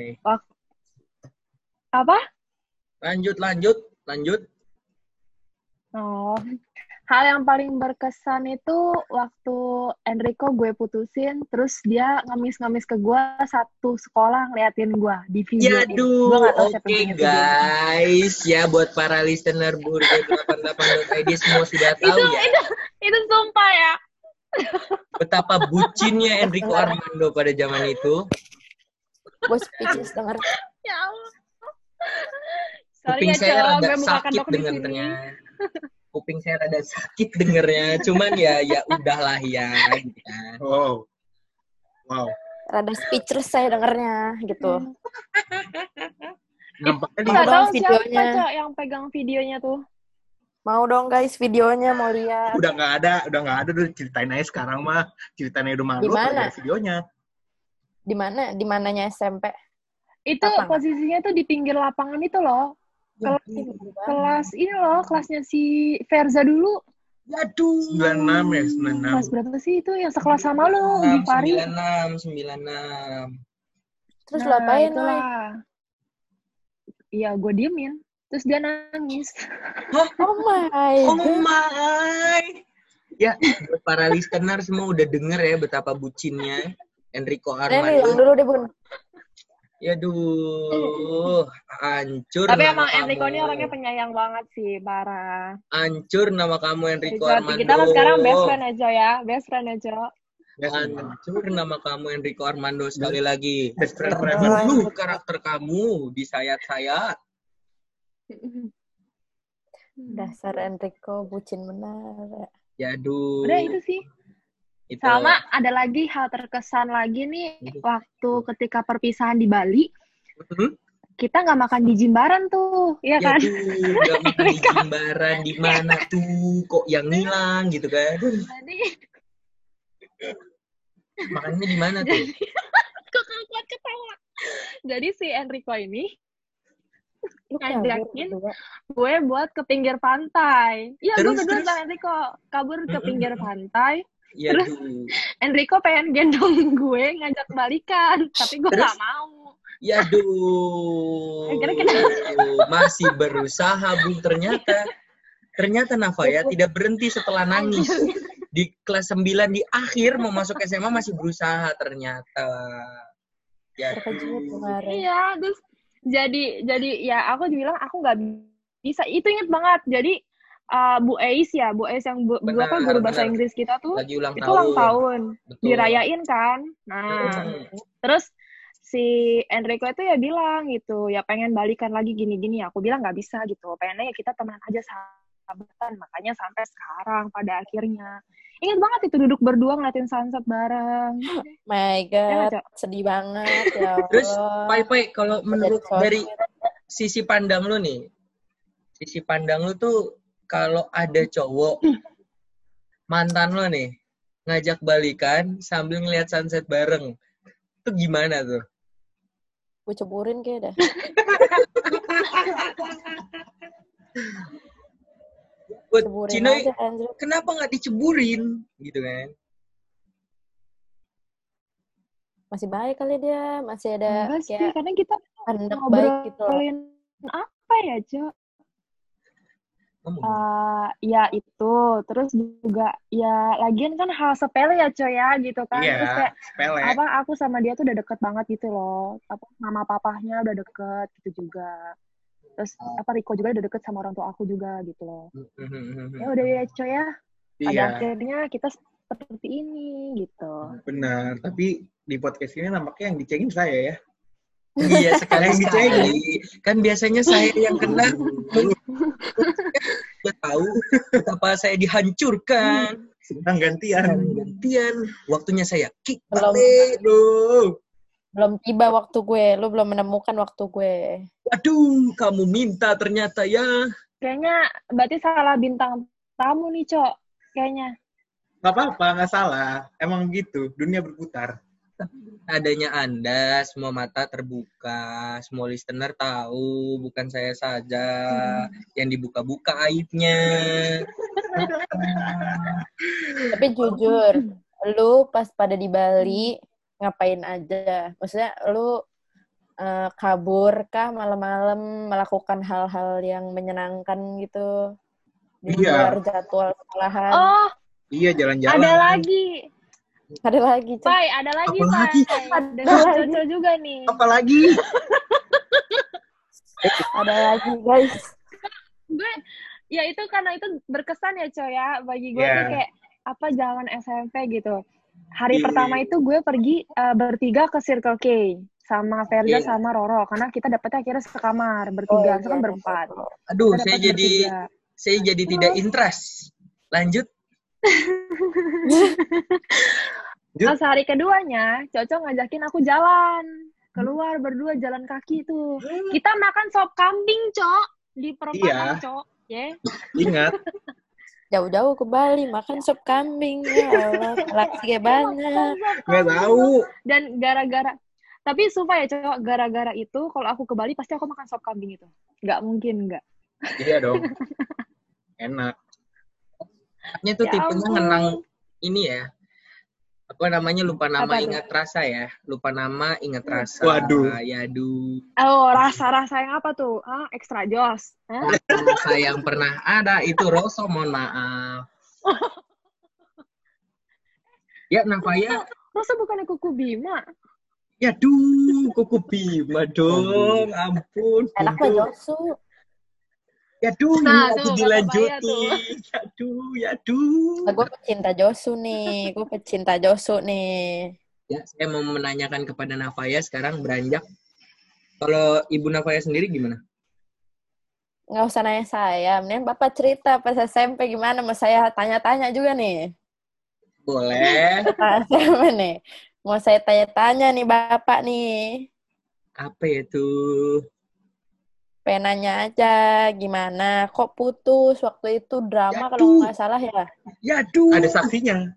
Apa? Lanjut lanjut lanjut. Oh, hal yang paling berkesan itu waktu Enrico gue putusin, terus dia ngemis-ngemis ke gue satu sekolah ngeliatin gue di video. Yaduh, Gue nggak tahu oke siapa yang punya video. guys, ya buat para listener Burger delapan puluh delapan dot I D semua sudah tahu Itu, ya itu, itu sumpah ya. betapa bucinnya Enrico Armando pada zaman itu. Gue speechless denger. Ya Allah. Kuping Sorry ya, saya Cok, rada gue buka sakit kedok di sini. dengernya. Kuping saya rada sakit dengernya, cuman ya ya udahlah ya gitu kan. Wow. Wow. Rada speechless saya dengernya gitu. Nampaknya di Nggak Mau tahu dong siapa, videonya. Cok, yang pegang videonya tuh. Mau dong guys videonya, mau lihat. udah nggak ada, udah nggak ada, udah ceritain aja sekarang mah. Ceritanya udah malu, Di mana? ada videonya. Di mana? Di mananya S M P? Itu Lapangan. posisinya tuh di pinggir lapangan itu loh. Kelas, kelas ini loh, kelasnya si Verza dulu. Yaduh. sembilan puluh enam ya, sembilan puluh enam. Kelas berapa sih itu yang sekelas sama lo, di Pari? sembilan puluh enam, sembilan puluh enam. Terus Nah, lo apain, Noy? itulah. Iya, gue diemin. Terus dia nangis. Oh my Oh god. my. Ya, buat para listener semua udah denger ya betapa bucinnya Enrico Reni, Armando. yang dulu deh, Bun. Yaduh, hancur Tapi nama emang kamu. Enrico ini orangnya penyayang banget sih, parah. Hancur nama kamu Enrico Jadi, Armando. kita kan sekarang best friend aja ya, best friend aja. Hancur nama kamu Enrico Armando sekali lagi. Best friend forever. Bunuh karakter kamu di sayat-sayat. Dasar Enrico bucin benar. Yaduh. Udah itu sih. Itu. Sama ada lagi hal terkesan lagi nih waktu ketika perpisahan di Bali, Hmm? kita nggak makan di Jimbaran tuh, ya kan? Yaduh, gak makan di Jimbaran, di mana tuh? Kok yang hilang gitu kan? Jadi Makannya di mana tuh? Kok kuat ketawa. Jadi si Enrico ini Lu kabur ngajakin berdua. gue buat ke pinggir pantai. Iya, gue Terus, berdua terus? sama Enrico kabur ke Mm-mm. pinggir pantai. Ya Terus duh. Enrico pengen gendong gue ngajak balikan, tapi gue Terus? nggak mau. Ya duh. Akhirnya kita- Masih berusaha, Bu. Ternyata ternyata Nafaya tidak berhenti setelah nangis. Di kelas sembilan di akhir mau masuk S M A masih berusaha ternyata. Ya Terkejut duh. kemarin. Iya, terus jadi jadi ya aku bilang aku nggak bisa. Itu inget banget. Jadi uh, Bu Eis ya, Bu Eis yang bu, bu- apa, Benar, guru bahasa benar. Inggris kita tuh Lagi ulang itu ulang tahun. tahun, Betul. dirayain kan. Nah, Hmm. terus si Enrico itu ya bilang gitu, ya pengen balikan lagi gini-gini. Aku bilang nggak bisa gitu, pengennya ya kita temenan aja sahabatan. Makanya sampai sekarang pada akhirnya. Ingat banget itu duduk berdua ngeliatin sunset bareng. My Ya, God, Cok? sedih banget ya Allah. Terus, Pai Pai, kalau menurut Jadi dari sosmed. sisi pandang lu nih, sisi pandang lu tuh kalau ada cowok mantan lu nih ngajak balikan sambil ngeliat sunset bareng, itu gimana tuh? Gue ceburin kayak dah. Buat Ceburin Cinoy, aja anjir. kenapa nggak diceburin? Gitu kan? Masih baik kali dia, masih ada Enggak sih, kayak karena kita anak baik gitu loh. ngobrolin apa ya, Cok? Ngomong. Uh, ya itu, terus juga ya lagian kan hal sepele ya, Cok ya, gitu kan. Iya, Terus kayak sepele. apa aku sama dia tuh udah deket banget gitu loh. Apa mama papahnya udah deket gitu juga. Terus apa Riko juga udah deket sama orang tua aku juga gitu loh. Ya udah ya, Cok ya. Pada Iya, akhirnya kita seperti ini gitu. benar. Tapi di podcast ini nampaknya yang dicengin saya ya. Iya, sekali-sekali. dicengin. Kan biasanya saya yang kena. Udah tahu betapa saya dihancurkan. Sedang gantian. Gantian. Waktunya saya kick Belum. balik. Loh. Belum tiba waktu gue, lu belum menemukan waktu gue. Waduh, kamu minta ternyata ya. Kayaknya berarti salah bintang tamu nih, Cok. Kayaknya. Gak apa-apa, gak salah. Emang gitu, dunia berputar. Adanya Anda, semua mata terbuka, semua listener tahu, bukan saya saja yang dibuka-buka aibnya. Tapi jujur, lu pas pada di Bali ngapain aja? Maksudnya lu uh, kabur kah malam-malam melakukan hal-hal yang menyenangkan gitu di Iya. luar jadwal sekolahan? Oh, Iya, jalan-jalan. ada lagi. Ada lagi, Cok. Pai, ada lagi, Apa Pai. lagi? Dengan Coco juga nih. Apalagi? Ada lagi, guys. Gue, ya itu karena itu berkesan ya, Coy ya. Bagi gue Iya. tuh kayak, apa, zaman S M P gitu. Hari Iya. pertama itu gue pergi uh, bertiga ke Circle K. Sama Verza Iya. sama Roro. Karena kita dapetnya akhirnya sekamar, bertiga. Oh, Kan iya, berempat. Aduh, Kita saya dapet jadi bertiga. saya jadi tidak interest. Lanjut. Lanjut. Pas hari keduanya, Coco ngajakin aku jalan. Keluar berdua jalan kaki tuh. Kita makan sop kambing, Cok. Di perempatan, Iya. Cok. Ya. Ingat. Jauh-jauh ke Bali makan sop kambing. Ya Allah, lagi kayak banyak. Nggak tahu. Dan gara-gara, tapi sumpah ya, Cok, gara-gara itu kalau aku ke Bali pasti aku makan sop kambing itu. Nggak mungkin nggak. Iya dong. Enak. Ini tuh Ya tipenya ampun. ngenang ini ya. Apa namanya, lupa nama Apa tuh? ingat rasa ya. Lupa nama ingat rasa. Waduh. Ya aduh. Oh, rasa-rasa yang apa tuh? Ah, extra jos. Hah? Rasa yang pernah ada itu Rosso, mohon maaf. Ya, Nafaya. Masa bukannya kuku Bima? Ya duh, kuku Bima dong. Ampun. Enak lah Josu. Ya duh, Nah, lagi tuh, kata dilanjutin. Maya tuh. Ya duh, ya duh. Nah, gue pecinta Josu nih. Gue pecinta Josu nih. Ya, saya mau menanyakan kepada Nafaya sekarang beranjak. Kalau Ibu Nafaya sendiri gimana? Nggak usah nanya saya. Mending Bapak cerita pas S M P gimana. Mau saya tanya-tanya juga nih. Boleh. Siapa nih? Mau saya tanya-tanya nih Bapak nih. Apa itu? Pengen nanya aja gimana. Kok putus waktu itu drama Ya, kalau duh. nggak salah ya? Ya duh. Ada saksinya.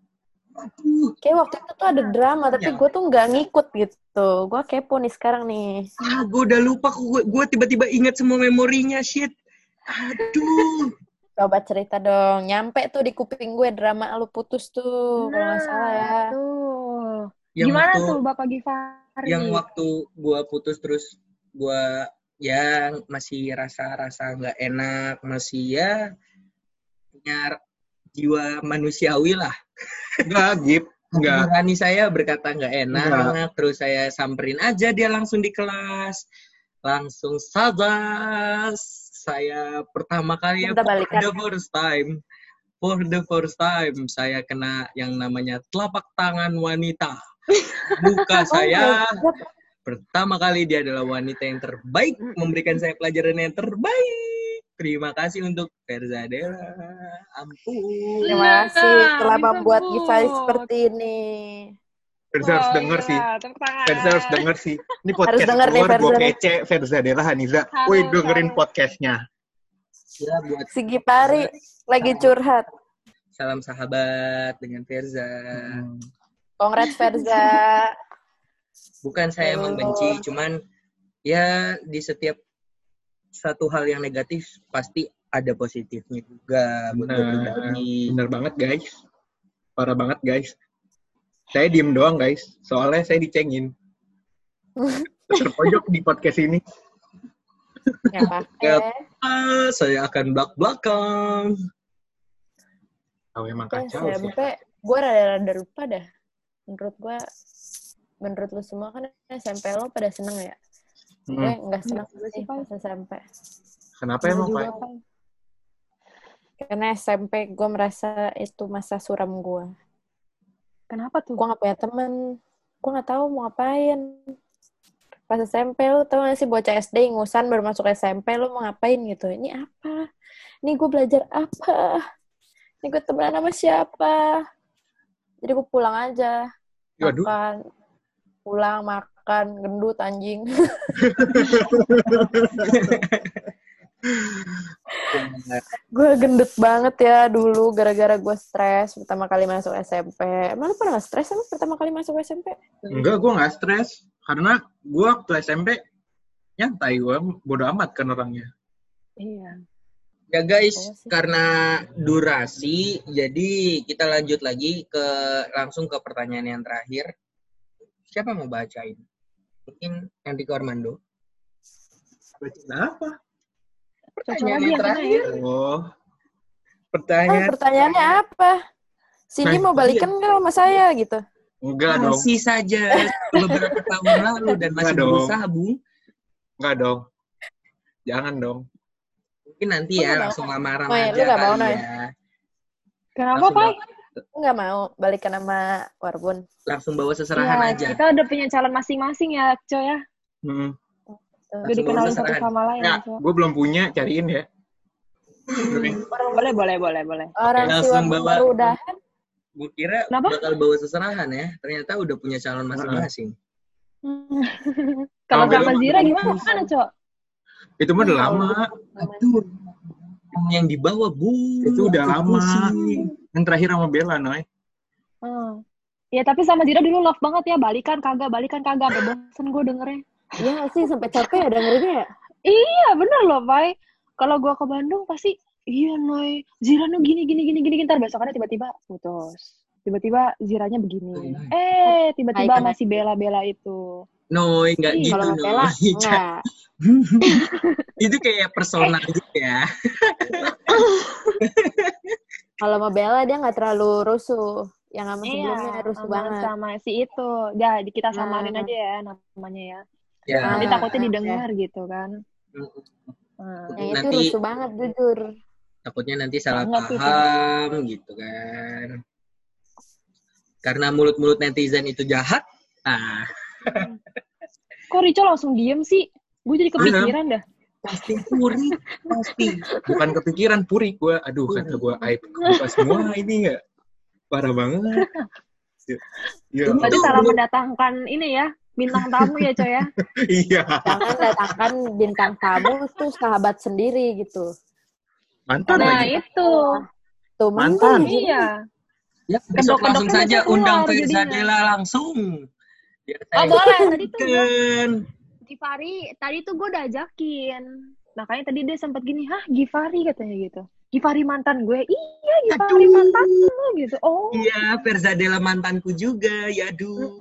Aduh, Kayak waktu itu tuh ada drama, tapi gue tuh nggak ngikut gitu. Gue kepo nih sekarang nih. ah, gue udah lupa. Gue, gue tiba-tiba ingat semua memorinya, shit. Aduh. Coba cerita dong. Nyampe tuh di kuping gue drama lu putus tuh, kalau nggak salah ya. Nah, tuh. Yang Gimana waktu, tuh Bapak Givari? Yang waktu gue putus terus gue ya masih rasa-rasa nggak enak, masih ya punya jiwa manusiawi lah. Enggak, Gip. Enggak. Nurani saya berkata nggak enak, Enggak. terus saya samperin aja dia langsung di kelas, langsung saja saya pertama kali ya Minta for balikan. the first time, for the first time saya kena yang namanya telapak tangan wanita. Muka saya Oh, pertama kali dia adalah wanita yang terbaik, memberikan saya pelajaran yang terbaik. Terima kasih untuk Ferzadela. Ampun. terima kasih telah Disebut. membuat Givari seperti ini. Versa harus Wah, denger gila, sih. tepuk tangan. Versa harus denger sih. Ini podcast denger nih, keluar, gue Versa. kece, Ferzadela Haniza. Harus, Woi, dengerin harus. podcastnya. Ya buat Si Givari lagi curhat. salam sahabat dengan Verza. Hmm. Congrats Verza. Bukan saya Oh. membenci, cuman ya di setiap satu hal yang negatif pasti ada positifnya juga buat gue Nah, pribadi. bener banget, guys. Parah banget, guys. Saya diem doang, guys. Soalnya saya dicengin. Terpojok di podcast ini. Nggak pakai. Ah, saya akan belak-belakan. Oh, emang Oke, kacau sih. S M P gue rada-rada lupa dah. Menurut gue, menurut lu semua kan S M P lo pada seneng ya? Gue Hmm. nggak seneng Enggak sih sih, Pak. pas S M P. Kenapa Gua emang, juga, Pak? Pak. Karena S M P gue merasa itu masa suram gue. Kenapa tuh? Gue nggak punya temen. Gue nggak tahu mau ngapain. Pas S M P lu tau gak sih bocah S D ingusan baru masuk S M P lu mau ngapain gitu. Ini apa? Ini gue belajar apa? Ini gue temenan sama siapa? Jadi gue pulang aja. Waduh. Makan. Pulang, makan, gendut, anjing. Gue gendut banget ya dulu gara-gara gue stres pertama kali masuk S M P. Emang lu pernah gak stres sama pertama kali masuk S M P? Enggak, gue gak stres. Karena gue waktu S M P nyantai, gue bodo amat kan orangnya. Iya. Ya guys, Apa sih? karena durasi, jadi kita lanjut lagi ke langsung ke pertanyaan yang terakhir. Siapa mau bacain? Mungkin Enrico Armando. Bacain apa? Cocok Pertanyaan lagi yang yang mana terakhir. ya? Oh, Ah, Pertanyaan pertanyaannya apa? Cindy Nah, mau balikan nggak sama saya gitu? enggak dong. masih saja beberapa tahun lalu dan masih Enggak dong. berusaha, Bung. Enggak dong. Jangan dong. Mungkin nanti Lu ya nggak langsung lamaran Noy, aja lu nggak mau, kali Noy? ya. Kenapa, Langsung, Pak? Lu nggak mau balikan sama Warbun? langsung bawa seserahan Iya, aja. kita udah punya calon masing-masing ya, Coy ya. Hmm. Tuh. Udah Langsung bawa dikenalin satu seserahan. sama lain, Ya, Coy. gue belum punya, cariin ya. Boleh, boleh, boleh, boleh. Orang si Langsung Warbun bawa. baru udahan. Gue kira Kenapa? bakal bawa seserahan ya. Ternyata udah punya calon masing-masing. Kalau Sama sama belum Zira belum gimana, Coy? Itu mah udah lama. Aduh. Yang dibawa, Bu. Itu udah lama. Pusing. Yang terakhir sama Bella, Noy. Hmm. Ya, tapi sama Zira dulu love banget ya. Balikan kagak, balikan kagak. Sampai bosen gue dengernya. Iya sih, sampai capek ya dengerinnya ya. Iya, bener loh, Pai. Kalau gue ke Bandung pasti, iya, Noy. Zira nu gini, gini, gini, gini. Ntar besokannya tiba-tiba putus. Tiba-tiba Ziranya begini. Eh, tiba-tiba Hai, masih Bella-Bella itu. Noy, nggak Iya, gitu, Kalau sama Bella, Noy. enggak. Itu kayak personal gitu ya. Kalau sama Bella dia nggak terlalu rusuh. Yang sama sebelumnya Iya, rusuh sama, banget. sama si itu. Ya, di- kita samarin Nah. aja ya namanya ya. Ya. Nanti Ah, takutnya oke. didengar gitu kan. Nah, Yang itu Nanti rusuh banget, jujur. takutnya nanti salah Banget itu. paham gitu kan. Karena mulut-mulut netizen itu jahat. Ah, kok Rico langsung diem sih? Gue jadi kepikiran dah. pasti puri, pasti. Bukan kepikiran, puri gue. Aduh, kata gue, aib kebuka semua ini ya. Parah banget. Ya, Berarti Itu salah belum- mendatangkan ini ya, bintang tamu ya, Coy ya. iya. Jangan datangkan bintang tamu tuh sahabat sendiri gitu. Mantan Nah, lagi. itu. Tuh, Mantan. mantan. Iya. Ya, besok langsung Kedok-kedoknya saja keluar undang jadinya. Verzadela langsung. Biar Oh saya boleh, tadi tuh gue, kan. Givari, tadi tuh gue udah ajakin. Makanya tadi dia sempat gini, hah Givari katanya gitu. Givari mantan gue, iya Givari Aduh. mantan lu gitu. Oh. Iya, Verzadela mantanku juga. Ya aduh.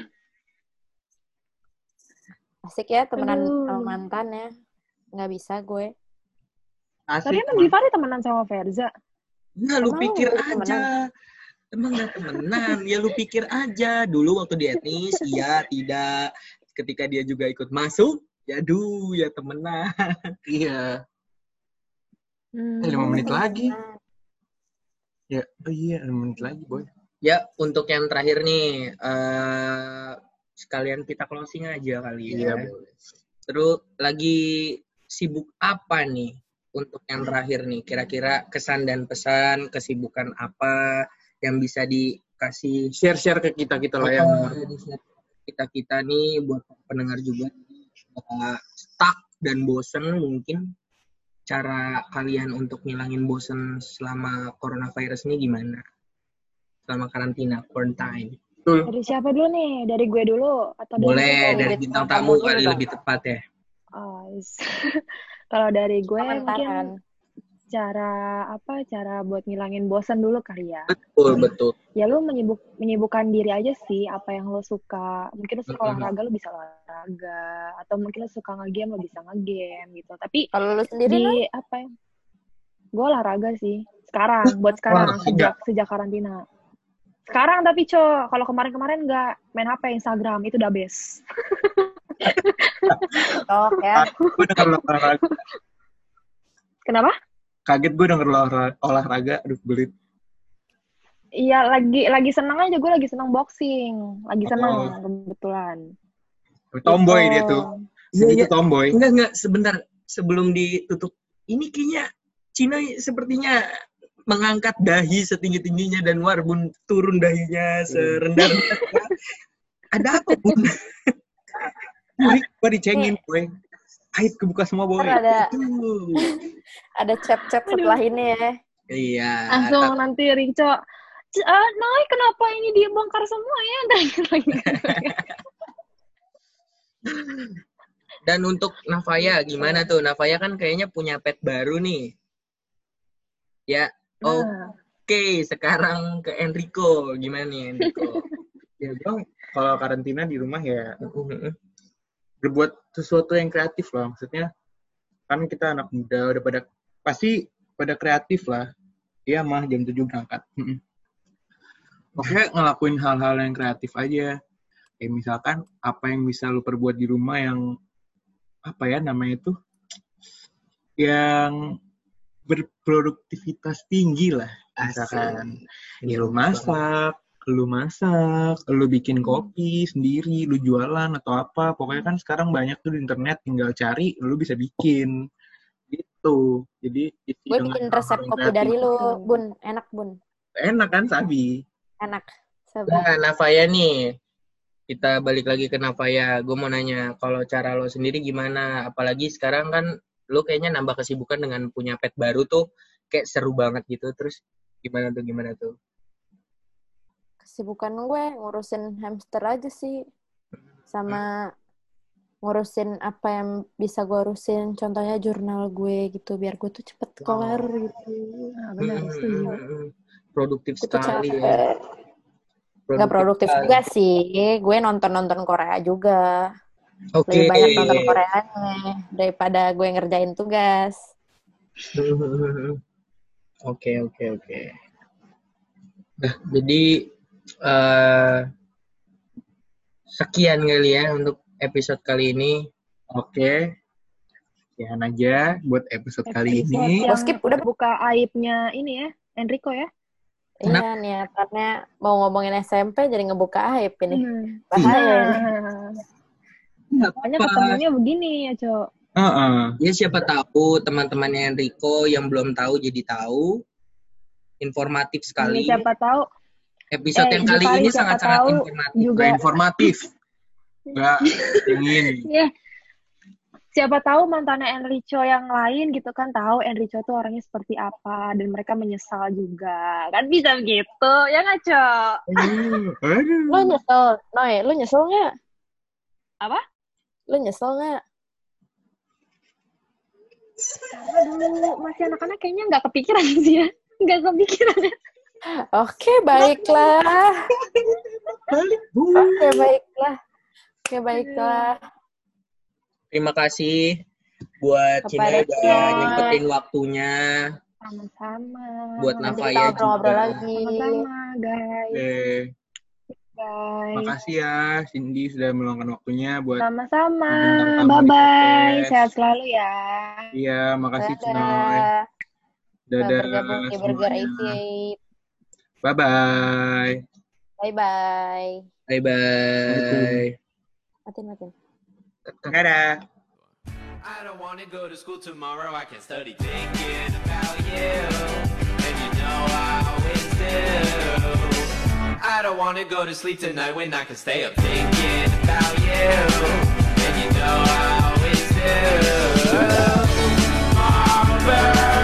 Asik ya temenan Aduh. sama mantan ya. Nggak bisa gue. Tapi Asik emang teman. Givari temenan sama Verza? Nah, lu Emang pikir lu temenan? aja. Emang gak temenan. Ya lu pikir aja. Dulu waktu di etnis, iya, tidak. Ketika dia juga ikut masuk, ya aduh, ya temenan. Iya. Hmm. Eh, lima menit lagi. Nah, Ya, oh iya, lima menit lagi, boy. Ya, untuk yang terakhir nih, eh sekalian kita closing aja kali ya. Iya, boleh. Terus lagi sibuk apa nih untuk yang terakhir nih? Kira-kira kesan dan pesan, kesibukan apa yang bisa dikasih Share-share ke kita-kita lah yang Oh, kita-kita nih buat pendengar juga uh, stuck dan bosen mungkin cara kalian untuk ngilangin bosen selama coronavirus ini gimana? Selama karantina, quarantine. Betul. Dari siapa dulu nih? Dari gue dulu atau dari Boleh siapa? dari Dari bintang bintang tamu tamu dulu kali dong. lebih tepat ya. Oh, yes. Kalau dari gue mungkin Komentaran. cara apa? Cara buat ngilangin bosan dulu kali ya. Betul, betul. Ya lu menyibuk menyibukkan diri aja sih apa yang lo suka. Mungkin lo suka Mm-mm. olahraga lo bisa olahraga atau mungkin lo suka nge-game lo bisa nge-game gitu. Tapi Kalau lu sendiri di Nay? apa ya? Gue olahraga sih. Sekarang buat sekarang Olahraga. sejak sejak karantina. Sekarang tapi co, kalau kemarin-kemarin nggak main H P Instagram itu udah best. TikTok ya. Gue denger lo olahraga. Kenapa? Kaget gue denger lo olahraga. olahraga. Aduh, belit. Iya lagi lagi seneng aja gue lagi seneng boxing, lagi seneng Oh. kebetulan. Tomboy Gitu. dia tuh. Iya, Sini iya. tuh tomboy. Enggak, enggak. Sebentar. Sebelum ditutup. Ini kayaknya Cina sepertinya mengangkat dahi setinggi-tingginya dan Warbun turun dahinya serendah-rendahnya. Ada apa, Bun? Gue gue dicengin, boy. Aib kebuka semua, boy. Ntar ada Tuh. ada chat-chat setelah ini ya. Iya. Langsung nanti Rinco, "C- ah, Nay kenapa ini dia bongkar semua ya?" Dan untuk Navaya, gimana tuh? Navaya kan kayaknya punya pet baru nih. Ya, oke. Nah, Sekarang ke Enrico. Gimana nih, Enrico? Ya, gue kalau karantina di rumah ya berbuat sesuatu yang kreatif lah. Maksudnya, kan kita anak muda, udah pada, pasti pada kreatif lah. Iya mah, jam tujuh berangkat. Mm-mm. Pokoknya ngelakuin hal-hal yang kreatif aja. Kayak misalkan, apa yang bisa lu perbuat di rumah yang, apa ya namanya itu, yang berproduktivitas tinggi lah. Misalkan, ya lu masak, lu masak, lu bikin kopi sendiri, lu jualan atau apa. Pokoknya kan sekarang banyak tuh di internet, tinggal cari, lu bisa bikin. Gitu. Jadi, isi Gue dengan bikin hal-hal resep yang kopi kreatif. dari lu, Bun. Enak, Bun. Enak kan, Sabi? Enak. Sabi. Nah, Navaya nih. Kita balik lagi ke Navaya. Gue mau nanya, kalau cara lo sendiri gimana? Apalagi sekarang kan lo kayaknya nambah kesibukan dengan punya pet baru tuh. Kayak seru banget gitu. Terus gimana tuh, gimana tuh? Kesibukan gue ngurusin hamster aja sih. Sama ngurusin apa yang bisa gue urusin. Contohnya jurnal gue gitu. Biar gue tuh cepet kelar gitu. nah benar Hmm, setuju. hmm, hmm. Produktif Gue tuh sekali ya. capek. Nggak produktif sekali. juga sih. Gue nonton-nonton Korea juga. Oke. Lebih banyak nonton Koreanya daripada gue ngerjain tugas. Oke, oke, oke. Nah, jadi eh, sekian kali ya untuk episode kali ini. Oke. Sekian aja buat episode kali Episode ini. yang Skip, udah. buka aibnya ini ya, Enrico ya. Iya, niatannya mau ngomongin S M P jadi ngebuka aib ini. Hmm. Bahaya ini. Nah, Nggak makanya apa-apa. ketemunya begini ya, Cok. Heeh. Ya siapa tahu teman-temannya Enrico yang belum tahu jadi tahu. Informatif sekali. Ini siapa tahu Episode eh, yang kali Givari ini siapa sangat-sangat tahu informatif. juga. Nggak informatif. Nggak ingin. Ya, siapa tahu mantannya Enrico yang lain gitu kan tahu Enrico tuh orangnya seperti apa dan mereka menyesal juga. Kan bisa begitu, ya nggak, Cok? Aduh, aduh. Lo nyesel, Noe, lo nyesel nggak? Apa? Lo nyesel nggak? Karena dulu masih anak-anak kayaknya nggak kepikiran sih ya. Nggak kepikiran ya. Oke, baiklah. Balik, Bu. Oke, baiklah. Oke, baiklah. Terima kasih buat Kepada Cina udah Cina. nyempetin waktunya. Sama-sama. Buat Nanti Nafaya kita ngobrol-ngobrol juga. lagi. Sama-sama, guys. Eh, Guys. makasih ya Cindy sudah meluangkan waktunya buat Sama-sama. bintang tamu di Bye-bye. podcast. Sehat selalu ya. Iya, makasih Cinoy. Dadah. Dadah Bergabung di Burger semuanya. delapan Bye bye. Bye-bye. Bye bye. Matiin, matiin. Dadah. I don't wanna go to school tomorrow, I can study thinking about you. And you know I always do. I don't wanna go to sleep tonight when I can stay up thinking about you. And you know I always do. Tomorrow.